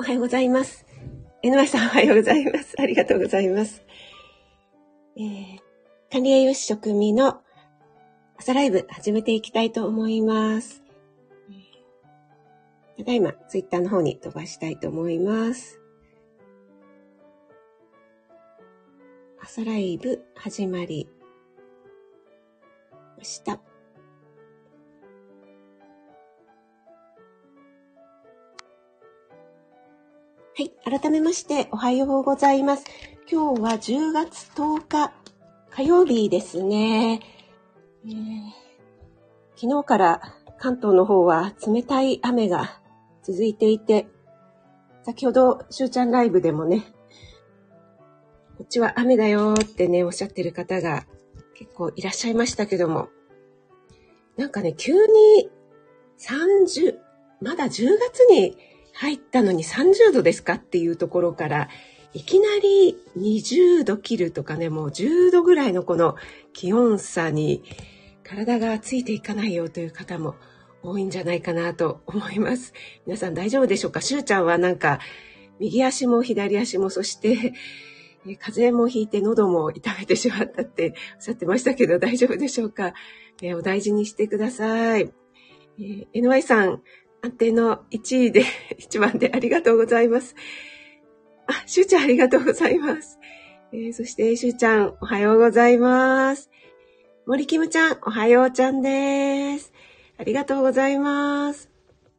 おはようございます。NY さんおはようございます。ありがとうございます。管理栄養士食味の朝ライブ始めていきたいと思います。ただいまツイッターの方に飛ばしたいと思います。朝ライブ始まりました。はい、改めましておはようございます。今日は10月10日火曜日ですね。昨日から関東の方は冷たい雨が続いていて、先ほどしゅうちゃんライブでもね、こっちは雨だよってねおっしゃってる方が結構いらっしゃいましたけども、なんかね急にまだ10月に入ったのに30度ですかっていうところからいきなり20度切るとかね、もう10度ぐらいのこの気温差に体がついていかないよという方も多いんじゃないかなと思います。皆さん大丈夫でしょうか？しゅうちゃんはなんか右足も左足も、そして風邪もひいて喉も痛めてしまったっておっしゃってましたけど、大丈夫でしょうか？お大事にしてください。NY さん安定の1番でありがとうございます。しゅうちゃんありがとうございます。そしてしゅうちゃんおはようございます。森キムちゃんおはようちゃんです。ありがとうございます。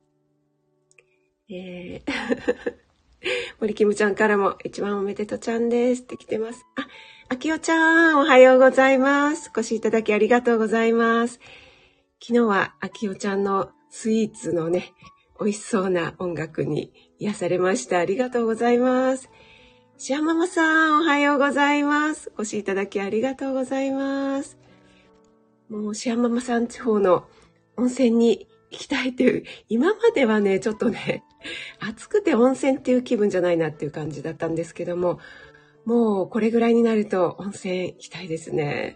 森キムちゃんからも一番おめでとちゃんですって来てます。あきおちゃんおはようございます。お越しいただきありがとうございます。昨日はあきおちゃんのスイーツのね、美味しそうな音楽に癒されました。ありがとうございます。シアママさんおはようございます。お越しいただきありがとうございます。もうシアママさん地方の温泉に行きたいという、今まではねちょっとね暑くて温泉っていう気分じゃないなっていう感じだったんですけども、もうこれぐらいになると温泉行きたいですね。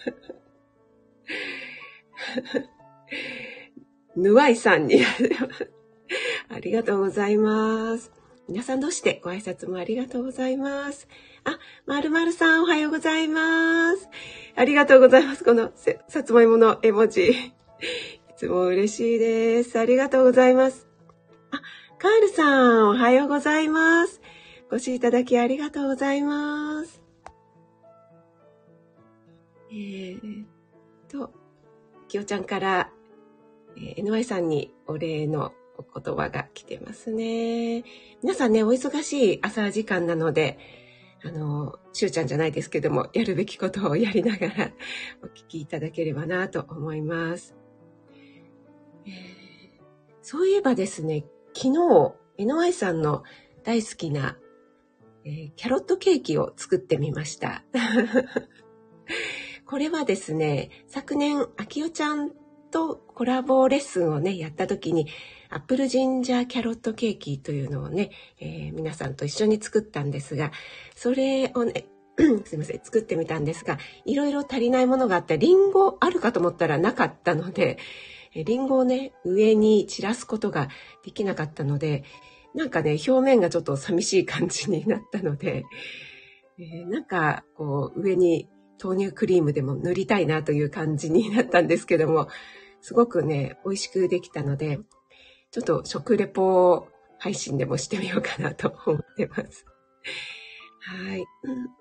ぬわいさんにありがとうございます。皆さんどうしてご挨拶もありがとうございます。まるまるさんおはようございます。ありがとうございます。このさつまいもの絵文字。いつも嬉しいです。ありがとうございます。カールさんおはようございます。ご視聴いただきありがとうございます。きよちゃんから、NY さんにお礼のお言葉が来てますね。皆さんね、お忙しい朝時間なので、しゅうちゃんじゃないですけども、やるべきことをやりながらお聞きいただければなと思います。そういえばですね、昨日、NY さんの大好きな、キャロットケーキを作ってみました。これはですね、昨年、あきおちゃんとコラボレッスンをね、やった時に、アップルジンジャーキャロットケーキというのをね、皆さんと一緒に作ったんですが、それをね、すいません、作ってみたんですが、いろいろ足りないものがあって、リンゴあるかと思ったらなかったので、リンゴをね、上に散らすことができなかったので、なんかね、表面がちょっと寂しい感じになったので、なんかこう上に豆乳クリームでも塗りたいなという感じになったんですけども、すごくね、美味しくできたので、ちょっと食レポ配信でもしてみようかなと思ってます。はい。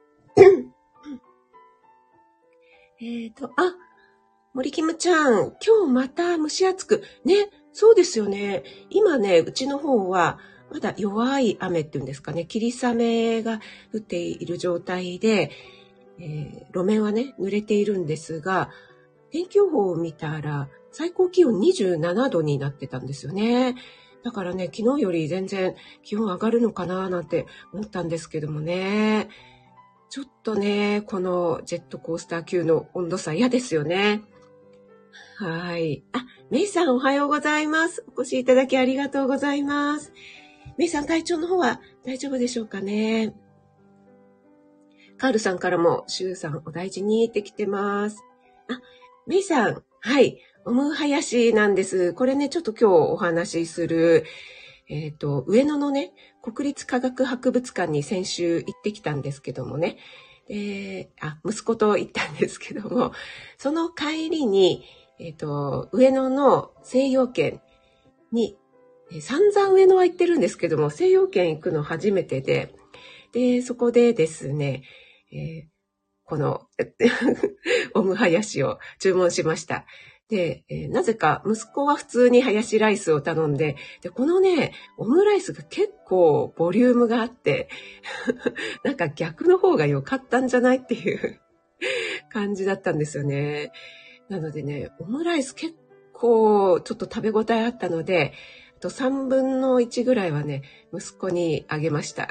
森キムちゃん、今日また蒸し暑く。ね、そうですよね。今ね、うちの方は、まだ弱い雨っていうんですかね、霧雨が降っている状態で、路面はね、濡れているんですが、天気予報を見たら、最高気温27度になってたんですよね。だからね、昨日より全然気温上がるのかななんて思ったんですけどもね。ちょっとね、このジェットコースター級の温度差嫌ですよね。はい。メイさんおはようございます。お越しいただきありがとうございます。メイさん体調の方は大丈夫でしょうかね。カールさんからもシュウさんお大事にってきてます。メイさん、はい。オムハヤシなんです。これね、ちょっと今日お話しする、 上野のね、国立科学博物館に先週行ってきたんですけどもね。息子と行ったんですけども、その帰りに、上野の西洋圏に、散々上野は行ってるんですけども、西洋圏行くの初めてで、で、そこでですね、このオムハヤシを注文しました。で、なぜか息子は普通にハヤシライスを頼んで、で、このね、オムライスが結構ボリュームがあって、なんか逆の方が良かったんじゃないっていう感じだったんですよね。なのでね、オムライス結構ちょっと食べ応えあったので、あと3分の1ぐらいはね、息子にあげました。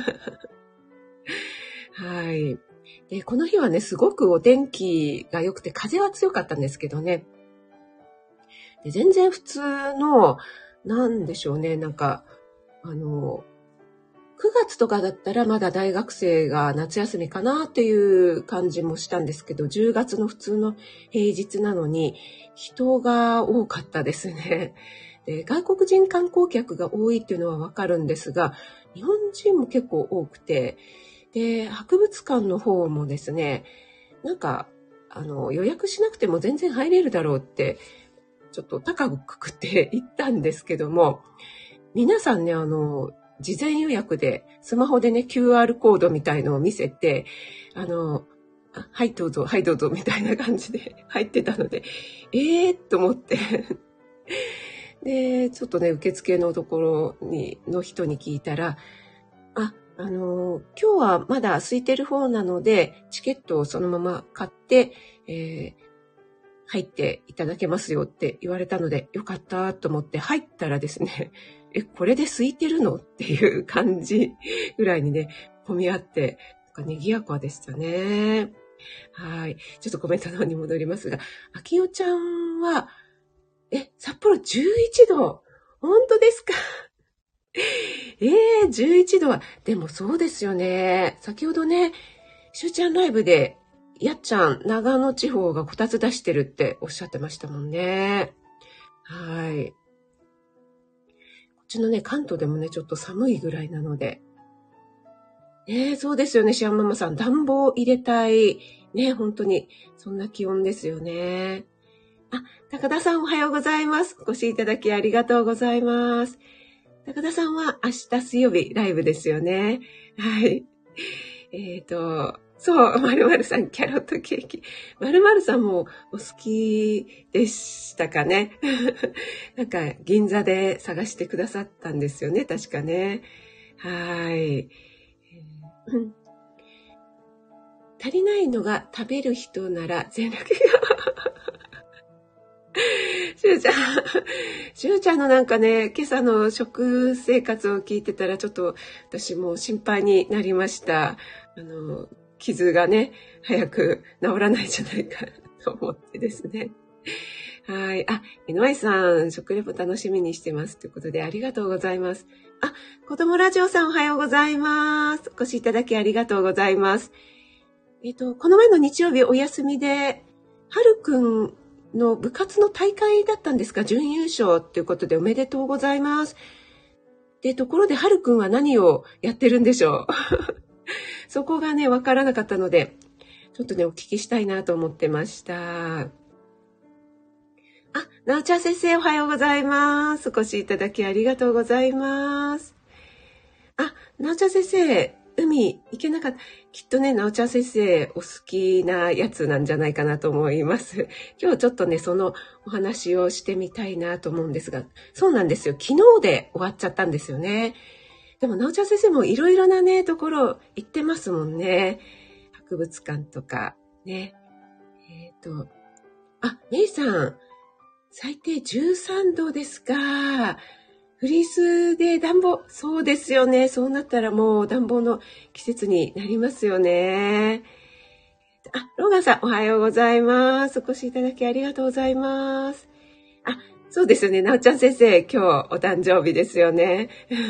はい。で、この日はね、すごくお天気が良くて風は強かったんですけどね。で、全然普通の、なんでしょうね、なんか、9月とかだったらまだ大学生が夏休みかなっていう感じもしたんですけど、10月の普通の平日なのに人が多かったですね。で、外国人観光客が多いっていうのはわかるんですが、日本人も結構多くて、で、博物館の方もですね、なんか、予約しなくても全然入れるだろうって、ちょっと高くくって行ったんですけども、皆さんね、事前予約で、スマホでね、QR コードみたいのを見せて、はいどうぞ、はいどうぞ、みたいな感じで入ってたので、と思ってで、ちょっとね、受付のところの人に聞いたら、今日はまだ空いてる方なので、チケットをそのまま買って、入っていただけますよって言われたので、よかったと思って入ったらですね、これで空いてるのっていう感じぐらいにね、混み合って、賑やかでしたね。はい。ちょっとコメントの方に戻りますが、あきおちゃんは、札幌11度本当ですか11度は、でもそうですよね。先ほどね、しゅうちゃんライブで、やっちゃん、長野地方がこたつ出してるっておっしゃってましたもんね。はい。こっちのね、関東でもね、ちょっと寒いぐらいなので。そうですよね、シアンママさん。暖房入れたい。ね、本当に、そんな気温ですよね。高田さんおはようございます。お越しいただきありがとうございます。高田さんは明日水曜日ライブですよね。はい。そう、まるまるさん、キャロットケーキ。まるまるさんもお好きでしたかね。なんか、銀座で探してくださったんですよね、確かね。はい。足りないのが食べる人なら全力しゅうちゃんのなんかね、今朝の食生活を聞いてたらちょっと私も心配になりました。傷がね、早く治らないんじゃないかと思ってですね。はい。NY さん、食レポ楽しみにしてます。ということでありがとうございます。子供ラジオさんおはようございます。お越しいただきありがとうございます。この前の日曜日お休みで、はるくんの部活の大会だったんですが、準優勝ということでおめでとうございます。で、ところではるくんは何をやってるんでしょうそこがね、わからなかったので、ちょっとね、お聞きしたいなと思ってました。なおちゃん先生おはようございます。お越しいただきありがとうございます。なおちゃん先生、海行けなかった。きっとね、なおちゃん先生お好きなやつなんじゃないかなと思います。今日ちょっとね、そのお話をしてみたいなと思うんですが、そうなんですよ。昨日で終わっちゃったんですよね。でも、なおちゃん先生もいろいろなね、ところ行ってますもんね。博物館とか、ね。メイさん、最低13度ですか。フリースで暖房、そうですよね。そうなったらもう暖房の季節になりますよね。ローガンさん、おはようございます。お越しいただきありがとうございます。そうですよね。なおちゃん先生、今日お誕生日ですよね。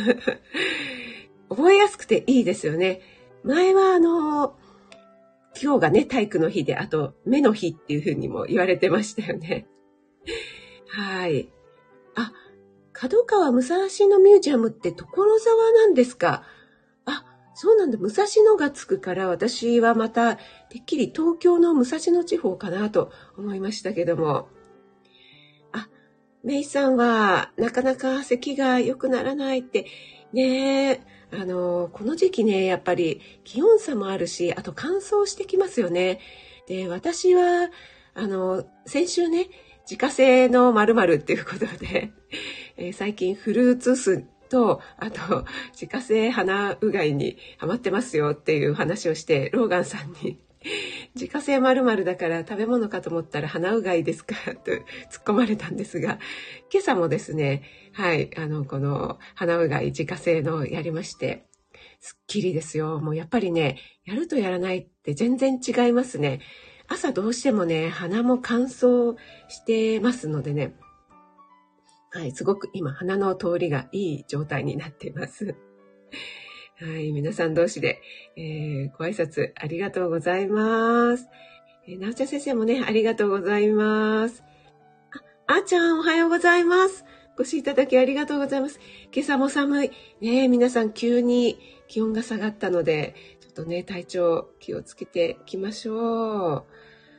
覚えやすくていいですよね。前は今日がね、体育の日で、あと、目の日っていう風にも言われてましたよね。はい。 角川武蔵野ミュージアムって所沢なんですか？あ、そうなんだ。武蔵野がつくから、私はまた、てっきり東京の武蔵野地方かなと思いましたけども。あ、メイさんは、なかなか咳が良くならないって、ねえ、この時期ね、やっぱり気温差もあるし、あと乾燥してきますよね。で、私は、先週ね、自家製の〇〇っていうことで、最近フルーツ酢と、あと、自家製花うがいにハマってますよっていう話をして、ローガンさんに、自家製〇〇だから食べ物かと思ったら花うがいですかと突っ込まれたんですが、今朝もですね、はい、この花うがい自家製のやりまして、すっきりですよ。もうやっぱりね、やるとやらないって全然違いますね。朝どうしてもね、鼻も乾燥してますのでね、はい、すごく今鼻の通りがいい状態になっています。はい、皆さん同士で、ご挨拶ありがとうございます。なおちゃん先生もね、ありがとうございます。あーちゃん、おはようございます。ご視聴いただきありがとうございます。今朝も寒い。ね、皆さん急に気温が下がったので、ちょっとね、体調気をつけていきましょう。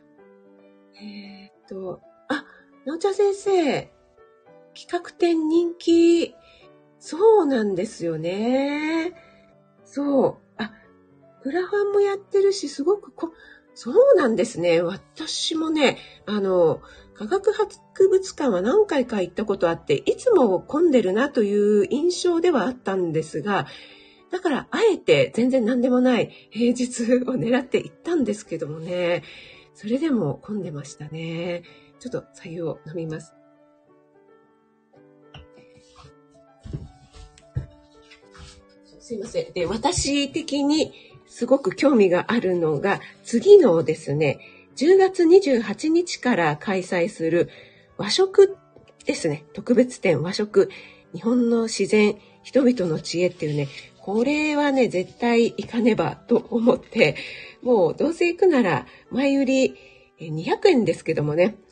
なおちゃん先生、企画展人気、そうなんですよね。そう。クラファンもやってるし、すごくそうなんですね。私もね、科学博物館は何回か行ったことあって、いつも混んでるなという印象ではあったんですが、だからあえて全然何でもない平日を狙って行ったんですけどもね、それでも混んでましたね。ちょっと白湯を飲みます。すいません。で、私的にすごく興味があるのが、次のですね、10月28日から開催する和食ですね。特別展和食。日本の自然、人々の知恵っていうね、これはね、絶対行かねばと思って、もうどうせ行くなら前売り200円ですけどもね。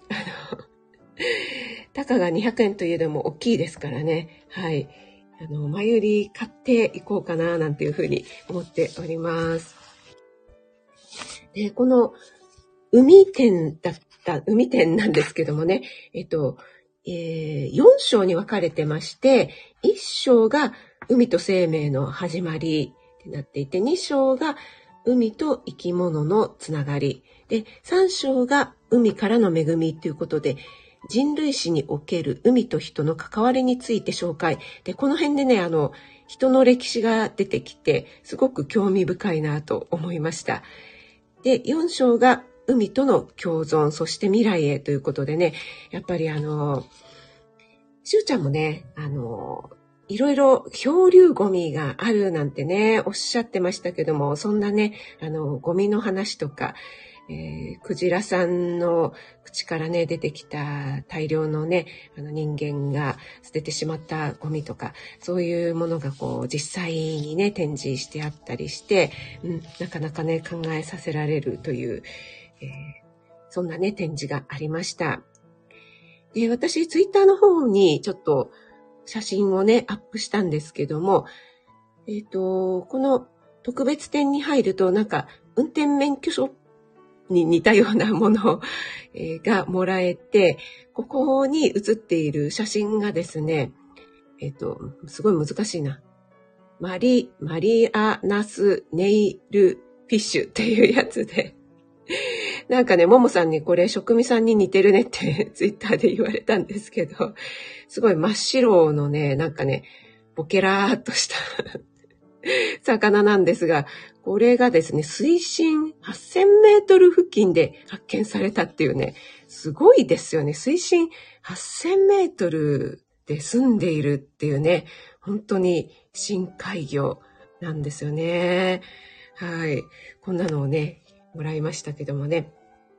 たかが200円といえども大きいですからね。はい。前売り買っていこうかななんていうふうに思っております。で、この海店なんですけどもね、4章に分かれてまして、1章が海と生命の始まりってなっていて、2章が海と生き物のつながり、で、3章が海からの恵みということで、人類史における海と人の関わりについて紹介。で、この辺でね、人の歴史が出てきて、すごく興味深いなと思いました。で、4章が海との共存、そして未来へということでね、やっぱりしゅうちゃんもね、いろいろ漂流ゴミがあるなんてね、おっしゃってましたけども、そんなね、ゴミの話とか、クジラさんの口からね、出てきた大量のね、人間が捨ててしまったゴミとか、そういうものが実際にね、展示してあったりして、なかなかね、考えさせられるという、そんなね、展示がありました。で、私、ツイッターの方にちょっと写真をね、アップしたんですけども、この特別展に入ると、なんか、運転免許証に似たようなものがもらえて、ここに写っている写真がですね、すごい難しいな。マリアナスネイルフィッシュっていうやつで、なんかね、ももさんにこれ職味さんに似てるねってツイッターで言われたんですけど、すごい真っ白のね、なんかね、ボケラーっとした魚なんですが、これがですね、水深8000メートル付近で発見されたっていうね、すごいですよね。水深8000メートルで住んでいるっていうね、本当に深海魚なんですよね。はい。こんなのをね、もらいましたけどもね。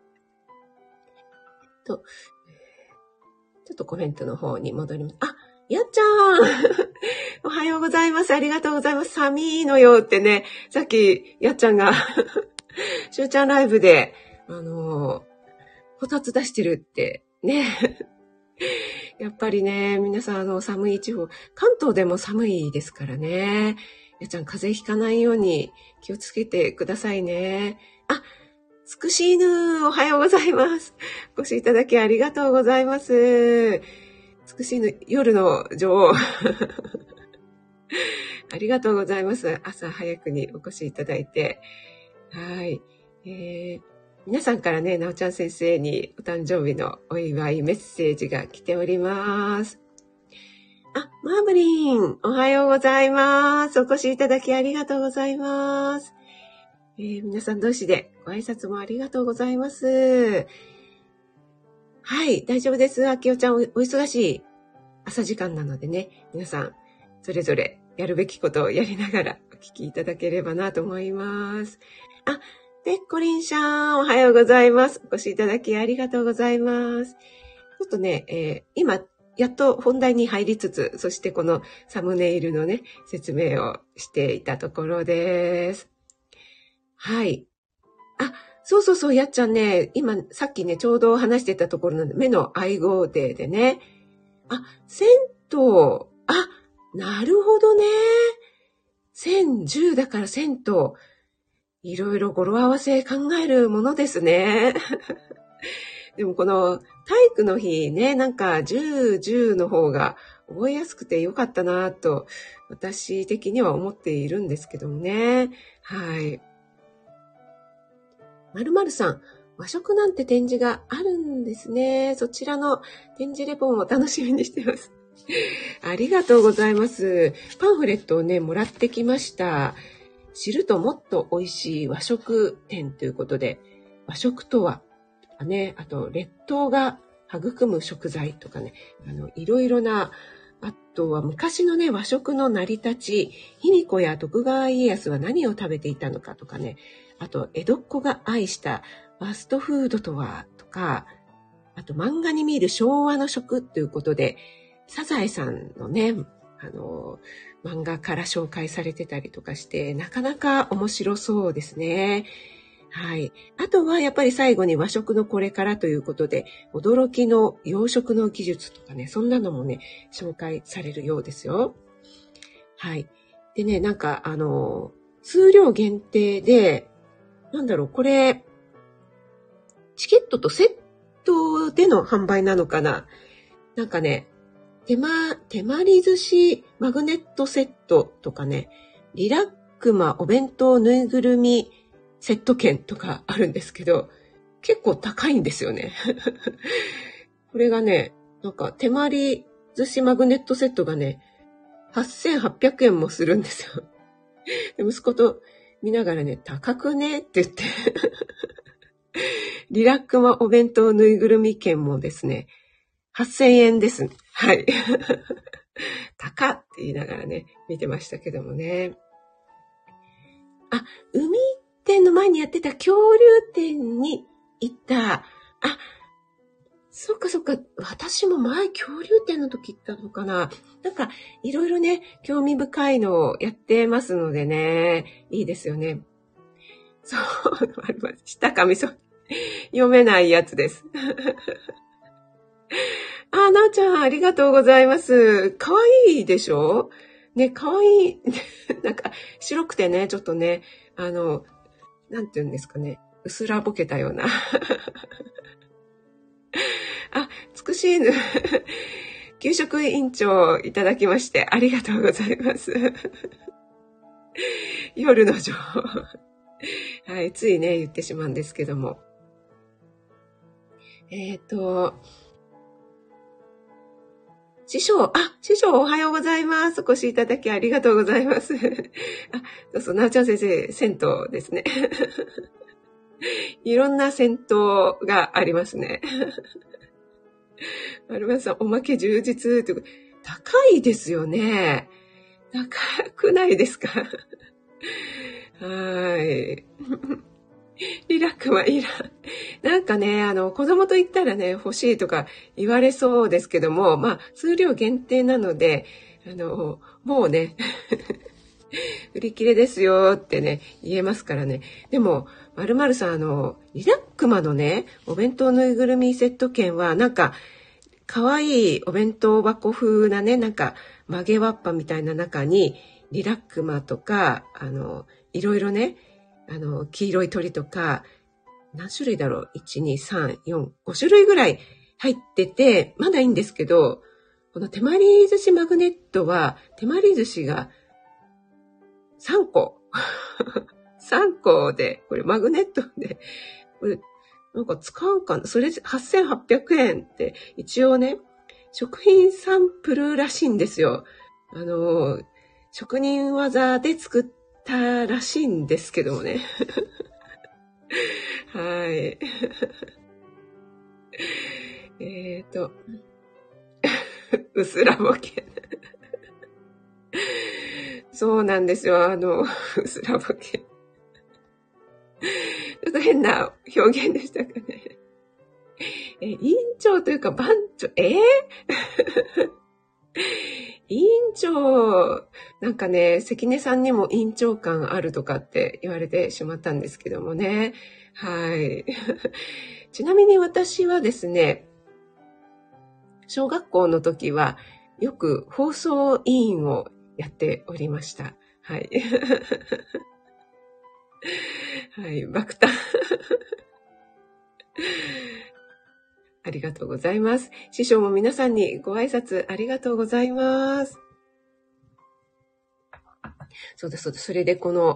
ちょっとコメントの方に戻ります。あ、やっちゃんおはようございます。ありがとうございます。寒いのよってね、さっきやっちゃんがしゅうちゃんライブで、こたつ出してるってね。 やっぱりね、皆さん寒い地方、関東でも寒いですからね。やっちゃん風邪ひかないように気をつけてくださいね。あ、つくし犬、おはようございます。お越しいただきありがとうございます。つくし犬、夜の女王。ありがとうございます。朝早くにお越しいただいて。はい。皆さんからね、なおちゃん先生にお誕生日のお祝いメッセージが来ております。あ、マーブリン、おはようございます。お越しいただきありがとうございます。皆さん同士でご挨拶もありがとうございます。はい、大丈夫です。あきおちゃんお忙しい朝時間なのでね、皆さんそれぞれやるべきことをやりながらお聞きいただければなと思います。あ、で、コリンシャン、おはようございます。お越しいただきありがとうございます。ちょっとね、今、やっと本題に入りつつ、そしてこのサムネイルのね、説明をしていたところです。はい。あ、そう、やっちゃんね、今、さっきね、ちょうど話してたところの目の愛護デーでね。あ、銭湯、あ、なるほどね。1010だから銭湯。いろいろ語呂合わせ考えるものですね。でもこの体育の日ね、なんか10の方が覚えやすくてよかったなと私的には思っているんですけどもね。はい。〇〇さん、和食なんて展示があるんですね。そちらの展示レポも楽しみにしています。ありがとうございます。パンフレットをね、もらってきました。知るともっと美味しい和食展ということで、和食とは、ね、あと列島が育む食材とかね、いろいろな、あとは昔のね、和食の成り立ち、卑弥呼や徳川家康は何を食べていたのかとかね、あと江戸っ子が愛したファストフードとはとか、あと漫画に見る昭和の食ということで、サザエさんのね、漫画から紹介されてたりとかして、なかなか面白そうですね。はい。あとはやっぱり最後に和食のこれからということで、驚きの洋食の技術とかね、そんなのもね、紹介されるようですよ。はい。でね、なんか数量限定で、これ、チケットとセットでの販売なのかな？なんかね、手まり寿司マグネットセットとかね、リラックマお弁当ぬいぐるみセット券とかあるんですけど、結構高いんですよね。これがね、なんか手まり寿司マグネットセットがね、8800円もするんですよ。で息子と見ながらね、高くねって言って、リラックマお弁当ぬいぐるみ券もですね、8000円です。はい。高って言いながらね、見てましたけどもね。あ、海店の前にやってた恐竜店に行った。あ、そっか。私も前恐竜展の時行ったのかな。なんか、いろいろね、興味深いのをやってますのでね、いいですよね。そう、あります。下上そう。読めないやつです。あ、なおちゃん、ありがとうございます。かわいいでしょね、かわいい。なんか、白くてね、ちょっとね、なんて言うんですかね、うすらぼけたような。あ、つくし犬。給食委員長いただきまして、ありがとうございます。夜の情報。はい、ついね、言ってしまうんですけども。師匠おはようございます。お越しいただきありがとうございます。そう、なおちゃん先生、銭湯ですね。いろんな銭湯がありますね。丸丸さん、おまけ充実って、高いですよね。高くないですか？はい。リラックはいらん。なんかね、子供と言ったらね、欲しいとか言われそうですけども、まあ、数量限定なので、もうね、売り切れですよってね、言えますからね。でも、〇〇さん、リラックマのね、お弁当ぬいぐるみセット券は、なんか、 かわいいお弁当箱風なね、なんか曲げわっぱみたいな中に、リラックマとか、いろいろね、黄色い鳥とか、何種類だろう ?1、2、3、4、5種類ぐらい入ってて、まだいいんですけど、この手まり寿司マグネットは、手まり寿司が3個。3個で、これマグネットで、これなんか使うかな、それ8800円って、一応ね、食品サンプルらしいんですよ。職人技で作ったらしいんですけどもね。はい。うすらぼけ。そうなんですよ。うすらぼけ。ちょっと変な表現でしたかね。委員長というか番長、委員長、なんかね、関根さんにも委員長感あるとかって言われてしまったんですけどもね。はい。ちなみに私はですね、小学校の時はよく放送委員をやっておりました。はい。はい、爆誕。ありがとうございます。師匠も皆さんにご挨拶ありがとうございます。そうだ。それでこの、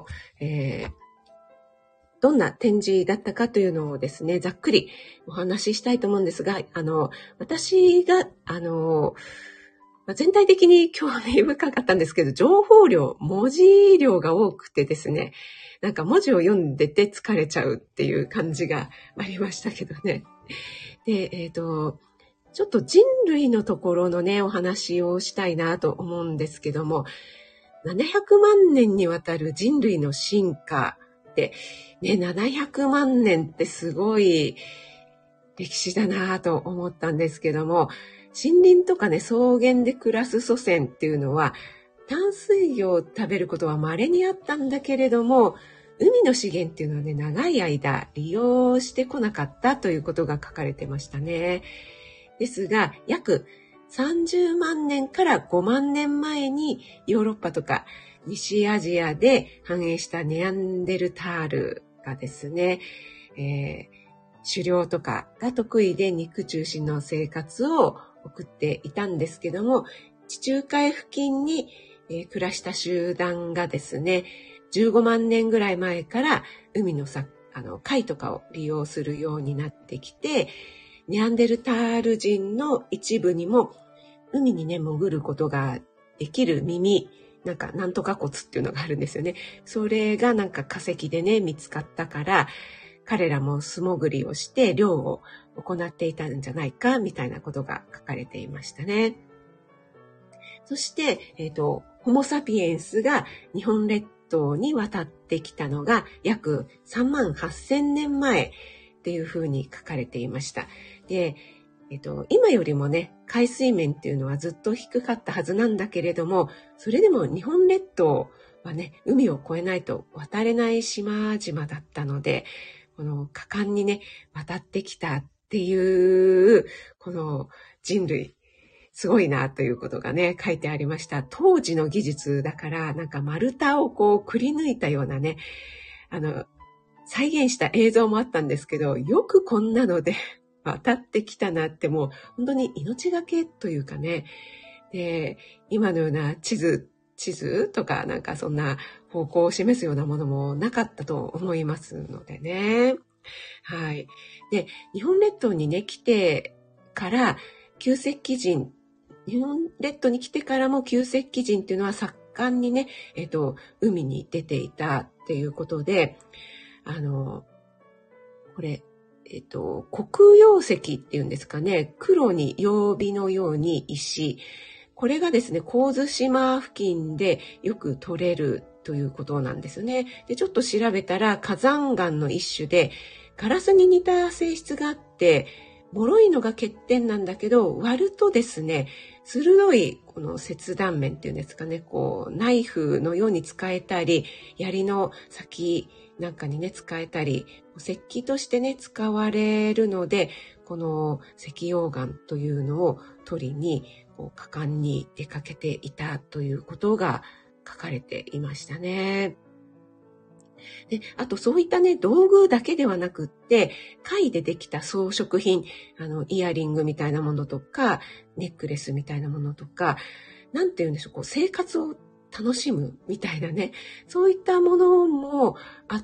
どんな展示だったかというのをですね、ざっくりお話ししたいと思うんですが、私が、全体的に興味深かったんですけど、情報量、文字量が多くてですね、なんか文字を読んでて疲れちゃうっていう感じがありましたけどね。で、ちょっと人類のところのね、お話をしたいなと思うんですけども、700万年にわたる人類の進化って、ね、700万年ってすごい歴史だなと思ったんですけども、森林とかね、草原で暮らす祖先っていうのは、淡水魚を食べることは稀にあったんだけれども、海の資源っていうのはね、長い間利用してこなかったということが書かれてましたね。ですが、約30万年から5万年前にヨーロッパとか西アジアで繁栄したネアンデルタールがですね、狩猟とかが得意で肉中心の生活を送っていたんですけども、地中海付近に、暮らした集団がですね、15万年ぐらい前から海の貝とかを利用するようになってきて、ネアンデルタール人の一部にも海にね、潜ることができる耳、なんとか骨っていうのがあるんですよね。それがなんか化石でね、見つかったから、彼らも素潜りをして漁を行っていたんじゃないか、みたいなことが書かれていましたね。そして、ホモサピエンスが日本列島に渡ってきたのが約3万8000年前っていうふうに書かれていました。で、今よりもね、海水面っていうのはずっと低かったはずなんだけれども、それでも日本列島はね、海を越えないと渡れない島々だったので、この果敢にね、渡ってきたっていう、この人類、すごいなということがね、書いてありました。当時の技術だから、なんか丸太をこうくり抜いたようなね、再現した映像もあったんですけど、よくこんなので渡ってきたなって、もう本当に命がけというかね。で、今のような地図とかなんかそんな方向を示すようなものもなかったと思いますのでね。はい。で、日本列島にね、来てから旧石器人、日本列島に来てからも旧石器人っていうのは盛んにね、海に出ていたっていうことで、これ、黒曜石っていうんですかね、黒に曜日のように石、これがですね、神津島付近でよく取れるということなんですよね。で、ちょっと調べたら火山岩の一種で、ガラスに似た性質があって、脆いのが欠点なんだけど、割るとですね、 鋭いこの切断面っていうんですかね、こうナイフのように使えたり、槍の先なんかにね使えたり、石器としてね使われるので、この石溶岩というのを取りにこう果敢に出かけていたということが書かれていましたね。で、あとそういったね、道具だけではなくって、貝でできた装飾品、イヤリングみたいなものとか、ネックレスみたいなものとか、なんて言うんでしょう、こう生活を楽しむみたいなね、そういったものもあって、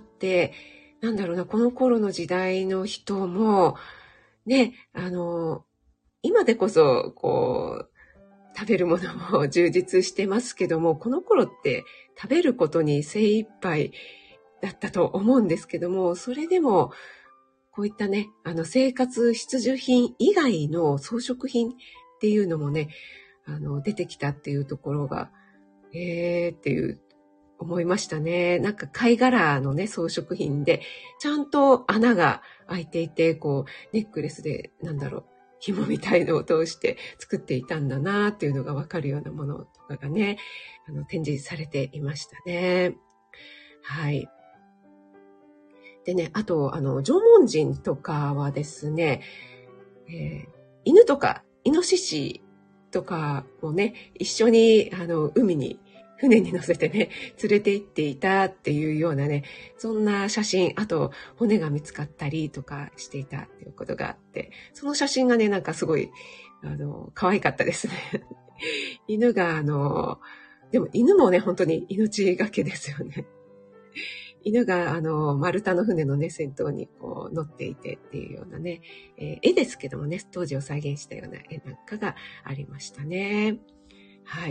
なんだろうな、この頃の時代の人も、ね、今でこそ、こう、食べるものも充実してますけども、この頃って食べることに精一杯だったと思うんですけども、それでもこういったね、生活必需品以外の装飾品っていうのもね、出てきたっていうところが、っていう思いましたね。なんか貝殻のね、装飾品で、ちゃんと穴が開いていて、こう、ネックレスで、なんだろう、紐みたいのを通して作っていたんだなっていうのがわかるようなものとかがね、展示されていましたね。はい。でね、あと、縄文人とかはですね、犬とか、イノシシとかをね、一緒に、海に、船に乗せてね、連れて行っていたっていうようなね、そんな写真、あと、骨が見つかったりとかしていたっていうことがあって、その写真がね、なんかすごい、可愛かったですね。犬が、でも犬もね、本当に命がけですよね。犬が丸太の船のね先頭にこう乗っていてっていうようなね、絵ですけどもね、当時を再現したような絵なんかがありましたね。はい。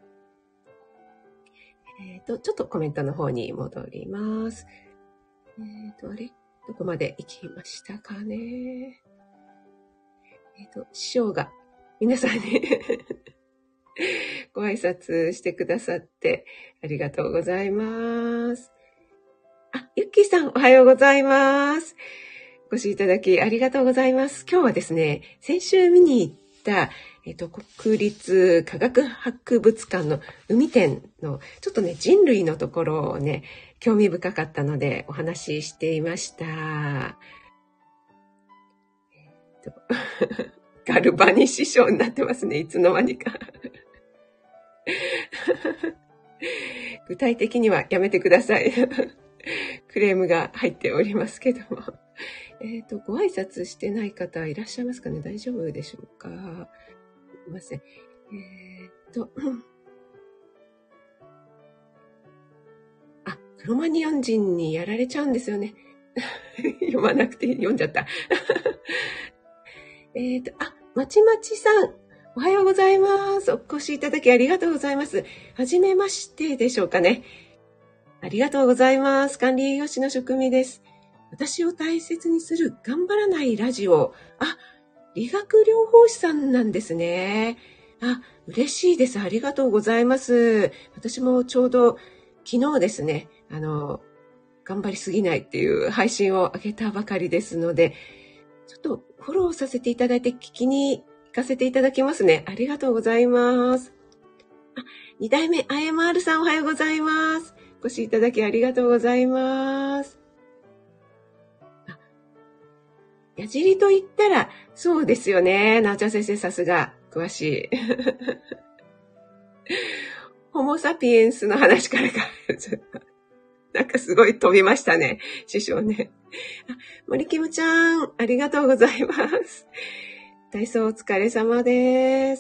ちょっとコメントの方に戻ります。あれどこまで行きましたかね。師匠が皆さんにご挨拶してくださってありがとうございます。ゆっきーさん、おはようございます。お越しいただきありがとうございます。今日はですね、先週見に行った、国立科学博物館の海展の、ちょっとね、人類のところをね、興味深かったのでお話ししていました。ガルバニ師匠になってますね、いつの間にか。具体的にはやめてください。クレームが入っておりますけども。ご挨拶してない方いらっしゃいますかね？大丈夫でしょうか？すいません。クロマニヨン人にやられちゃうんですよね。読まなくて読んじゃった。まちまちさん、おはようございます。お越しいただきありがとうございます。はじめましてでしょうかね。ありがとうございます。管理栄養士の職味です。私を大切にする頑張らないラジオ。理学療法士さんなんですね。嬉しいです。ありがとうございます。私もちょうど昨日ですね、頑張りすぎないっていう配信を上げたばかりですので、ちょっとフォローさせていただいて聞きに行かせていただきますね。ありがとうございます。2代目 IMR さんおはようございます。お越しいただきありがとうございます。矢尻と言ったら、そうですよね。なおちゃん先生さすが、詳しい。ホモサピエンスの話からなんかすごい飛びましたね。師匠ね。森キムちゃん、ありがとうございます。体操お疲れ様です。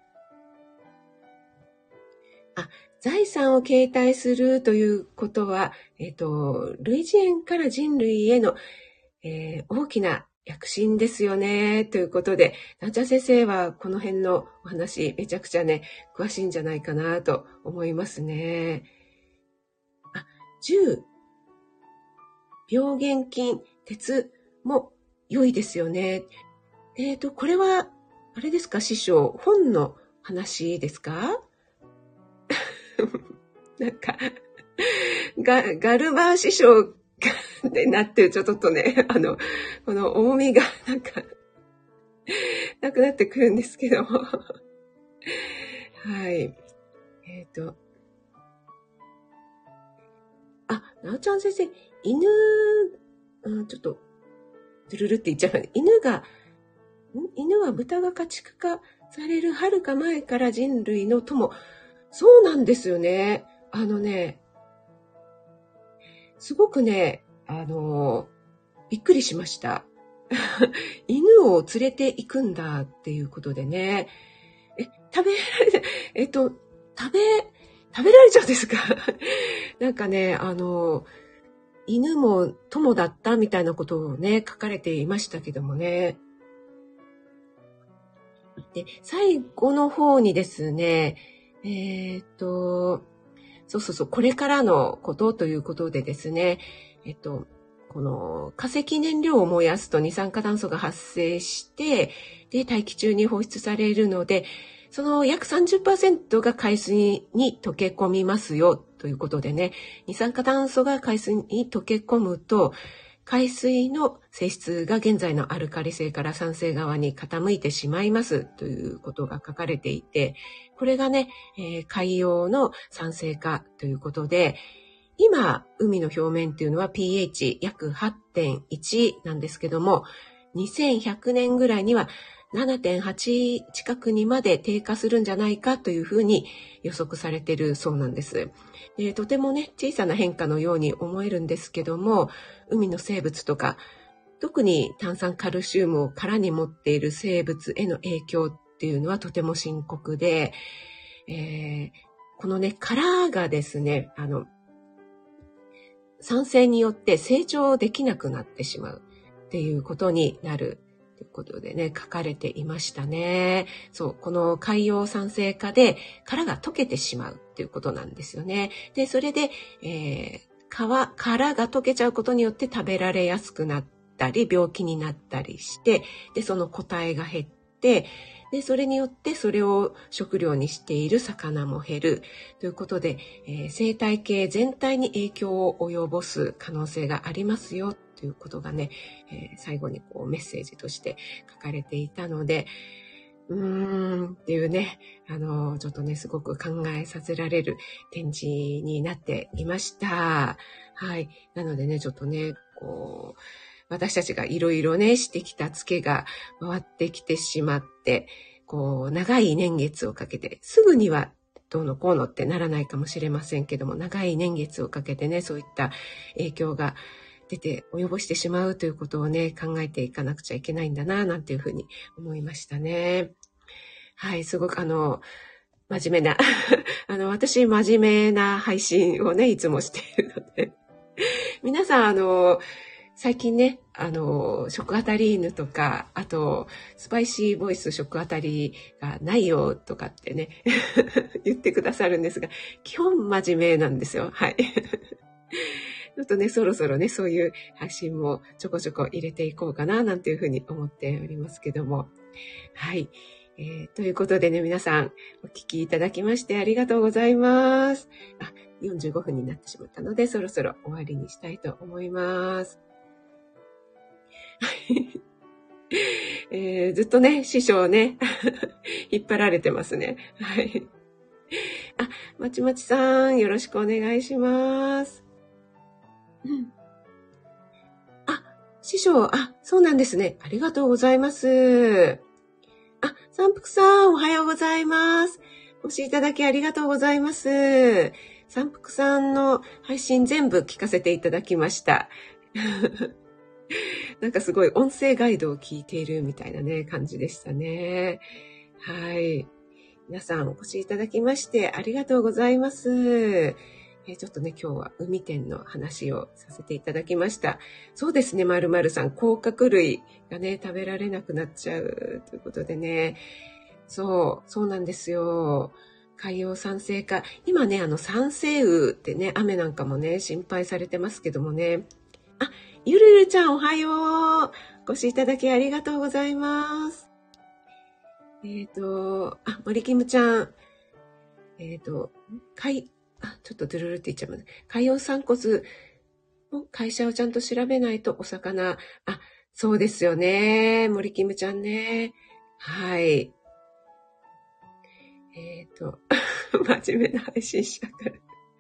財産を携帯するということは、類人猿から人類への、大きな躍進ですよね。ということで、なおちゃん先生はこの辺のお話、めちゃくちゃね、詳しいんじゃないかなと思いますね。10、病原菌、鉄も良いですよね。これは、あれですか、師匠、本の話ですか？なんか、ガルバー師匠ってなってるちょっとね、この重みがなんか、なくなってくるんですけども。 はい。なおちゃん先生、犬、ちょっと、ドゥルルって言っちゃう。犬は豚が家畜化される遥か前から人類の友。そうなんですよね。すごくね、びっくりしました。犬を連れて行くんだっていうことでね。食べられちゃうんですか？なんかね、犬も友だったみたいなことをね、書かれていましたけどもね。で、最後の方にですね、そう、これからのことということでですね、この化石燃料を燃やすと二酸化炭素が発生して、で、大気中に放出されるので、その約 30% が海水に溶け込みますよということでね、二酸化炭素が海水に溶け込むと、海水の性質が現在のアルカリ性から酸性側に傾いてしまいますということが書かれていて、これがね、海洋の酸性化ということで、今、海の表面っていうのは pH 約 8.1 なんですけども、2100年ぐらいには 7.8 近くにまで低下するんじゃないかというふうに予測されているそうなんです。とてもね、小さな変化のように思えるんですけども、海の生物とか、特に炭酸カルシウムを殻に持っている生物への影響っていうのはとても深刻で、このね、殻がですね、酸性によって成長できなくなってしまうっていうことになるということでね、書かれていましたね。そう、この海洋酸性化で殻が溶けてしまうっていうことなんですよね。で、それで、殻が溶けちゃうことによって食べられやすくなったり、病気になったりして、で、その個体が減って、で、それによってそれを食料にしている魚も減るということで、生態系全体に影響を及ぼす可能性がありますよということがね、最後にこうメッセージとして書かれていたので、っていうね、ちょっとね、すごく考えさせられる展示になっていました。はい。なのでね、ちょっとね、こう、私たちがいろいろね、してきたツケが回ってきてしまって、こう、長い年月をかけて、すぐにはどうのこうのってならないかもしれませんけども、長い年月をかけてね、そういった影響が出て及ぼしてしまうということをね、考えていかなくちゃいけないんだな、なんていうふうに思いましたね。はい、すごく真面目な私真面目な配信をね、いつもしているので、皆さん最近ね、食あたり犬とか、あと、スパイシーボイス食あたりがないよとかってね、言ってくださるんですが、基本真面目なんですよ。はい。ちょっとね、そろそろね、そういう配信もちょこちょこ入れていこうかな、なんていうふうに思っておりますけども。はい。ということでね、皆さん、お聞きいただきましてありがとうございます。45分になってしまったので、そろそろ終わりにしたいと思います。ずっとね、師匠ね、引っ張られてますね。はい。まちまちさん、よろしくお願いします。師匠、そうなんですね。ありがとうございます。三福さん、おはようございます。お越しいただきありがとうございます。三福さんの配信全部聞かせていただきました。なんかすごい音声ガイドを聞いているみたいなね、感じでしたね。はい。皆さんお越しいただきましてありがとうございます。ちょっとね、今日は海天の話をさせていただきました。そうですね、まるまるさん、甲殻類がね、食べられなくなっちゃうということでね。そうなんですよ。海洋酸性化。今ね、酸性雨ってね、雨なんかもね、心配されてますけどもね。ゆるゆるちゃん、おはよう。お越しいただきありがとうございます。森キムちゃん。ちょっとドゥルルって言っちゃいます。海洋散骨の会社をちゃんと調べないとお魚。そうですよね。森キムちゃんね。はい。 真面目な配信者から。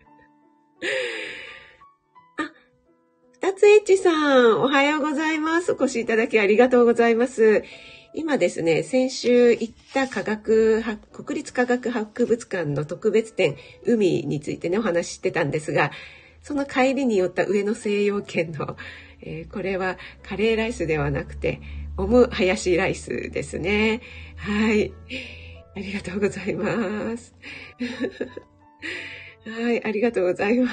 二つ H さん、おはようございます。お越しいただきありがとうございます。今ですね、先週行った国立科学博物館の特別展、海についてね、お話ししてたんですが、その帰りに寄った上野西洋軒の、これはカレーライスではなくて、オムハヤシライスですね。はい。ありがとうございます。はい、ありがとうございます。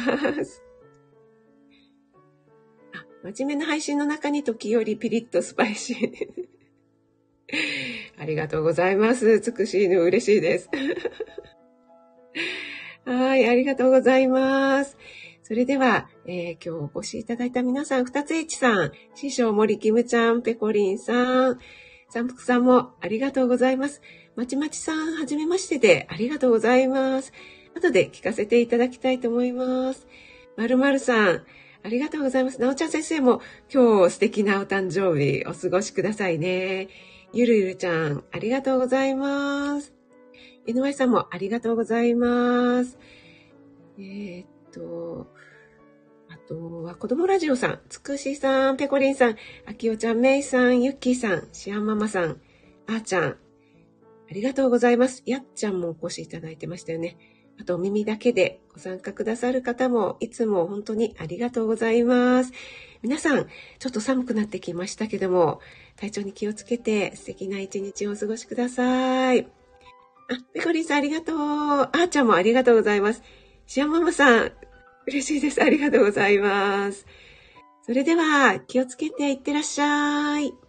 真面目な配信の中に時折ピリッとスパイシー。ありがとうございます。つくしいの嬉しいです。はい、ありがとうございます。それでは、今日お越しいただいた皆さん、二つ H さん、師匠森キムちゃん、ペコリンさん、三福さんもありがとうございます。まちまちさん、はじめましてでありがとうございます。後で聞かせていただきたいと思います。まるまるさん、ありがとうございます。なおちゃん先生も今日素敵なお誕生日お過ごしくださいね。ゆるゆるちゃん、ありがとうございます。NY さんもありがとうございます。あとは子供ラジオさん、つくしさん、ペコリンさん、あきおちゃん、めいさん、ゆっきーさん、しあんママさん、あーちゃん、ありがとうございます。やっちゃんもお越しいただいてましたよね。あと、耳だけでご参加くださる方も、いつも本当にありがとうございます。皆さん、ちょっと寒くなってきましたけども、体調に気をつけて素敵な一日をお過ごしください。ペコリンさんありがとう。あーちゃんもありがとうございます。しあんママさん、嬉しいです。ありがとうございます。それでは、気をつけていってらっしゃい。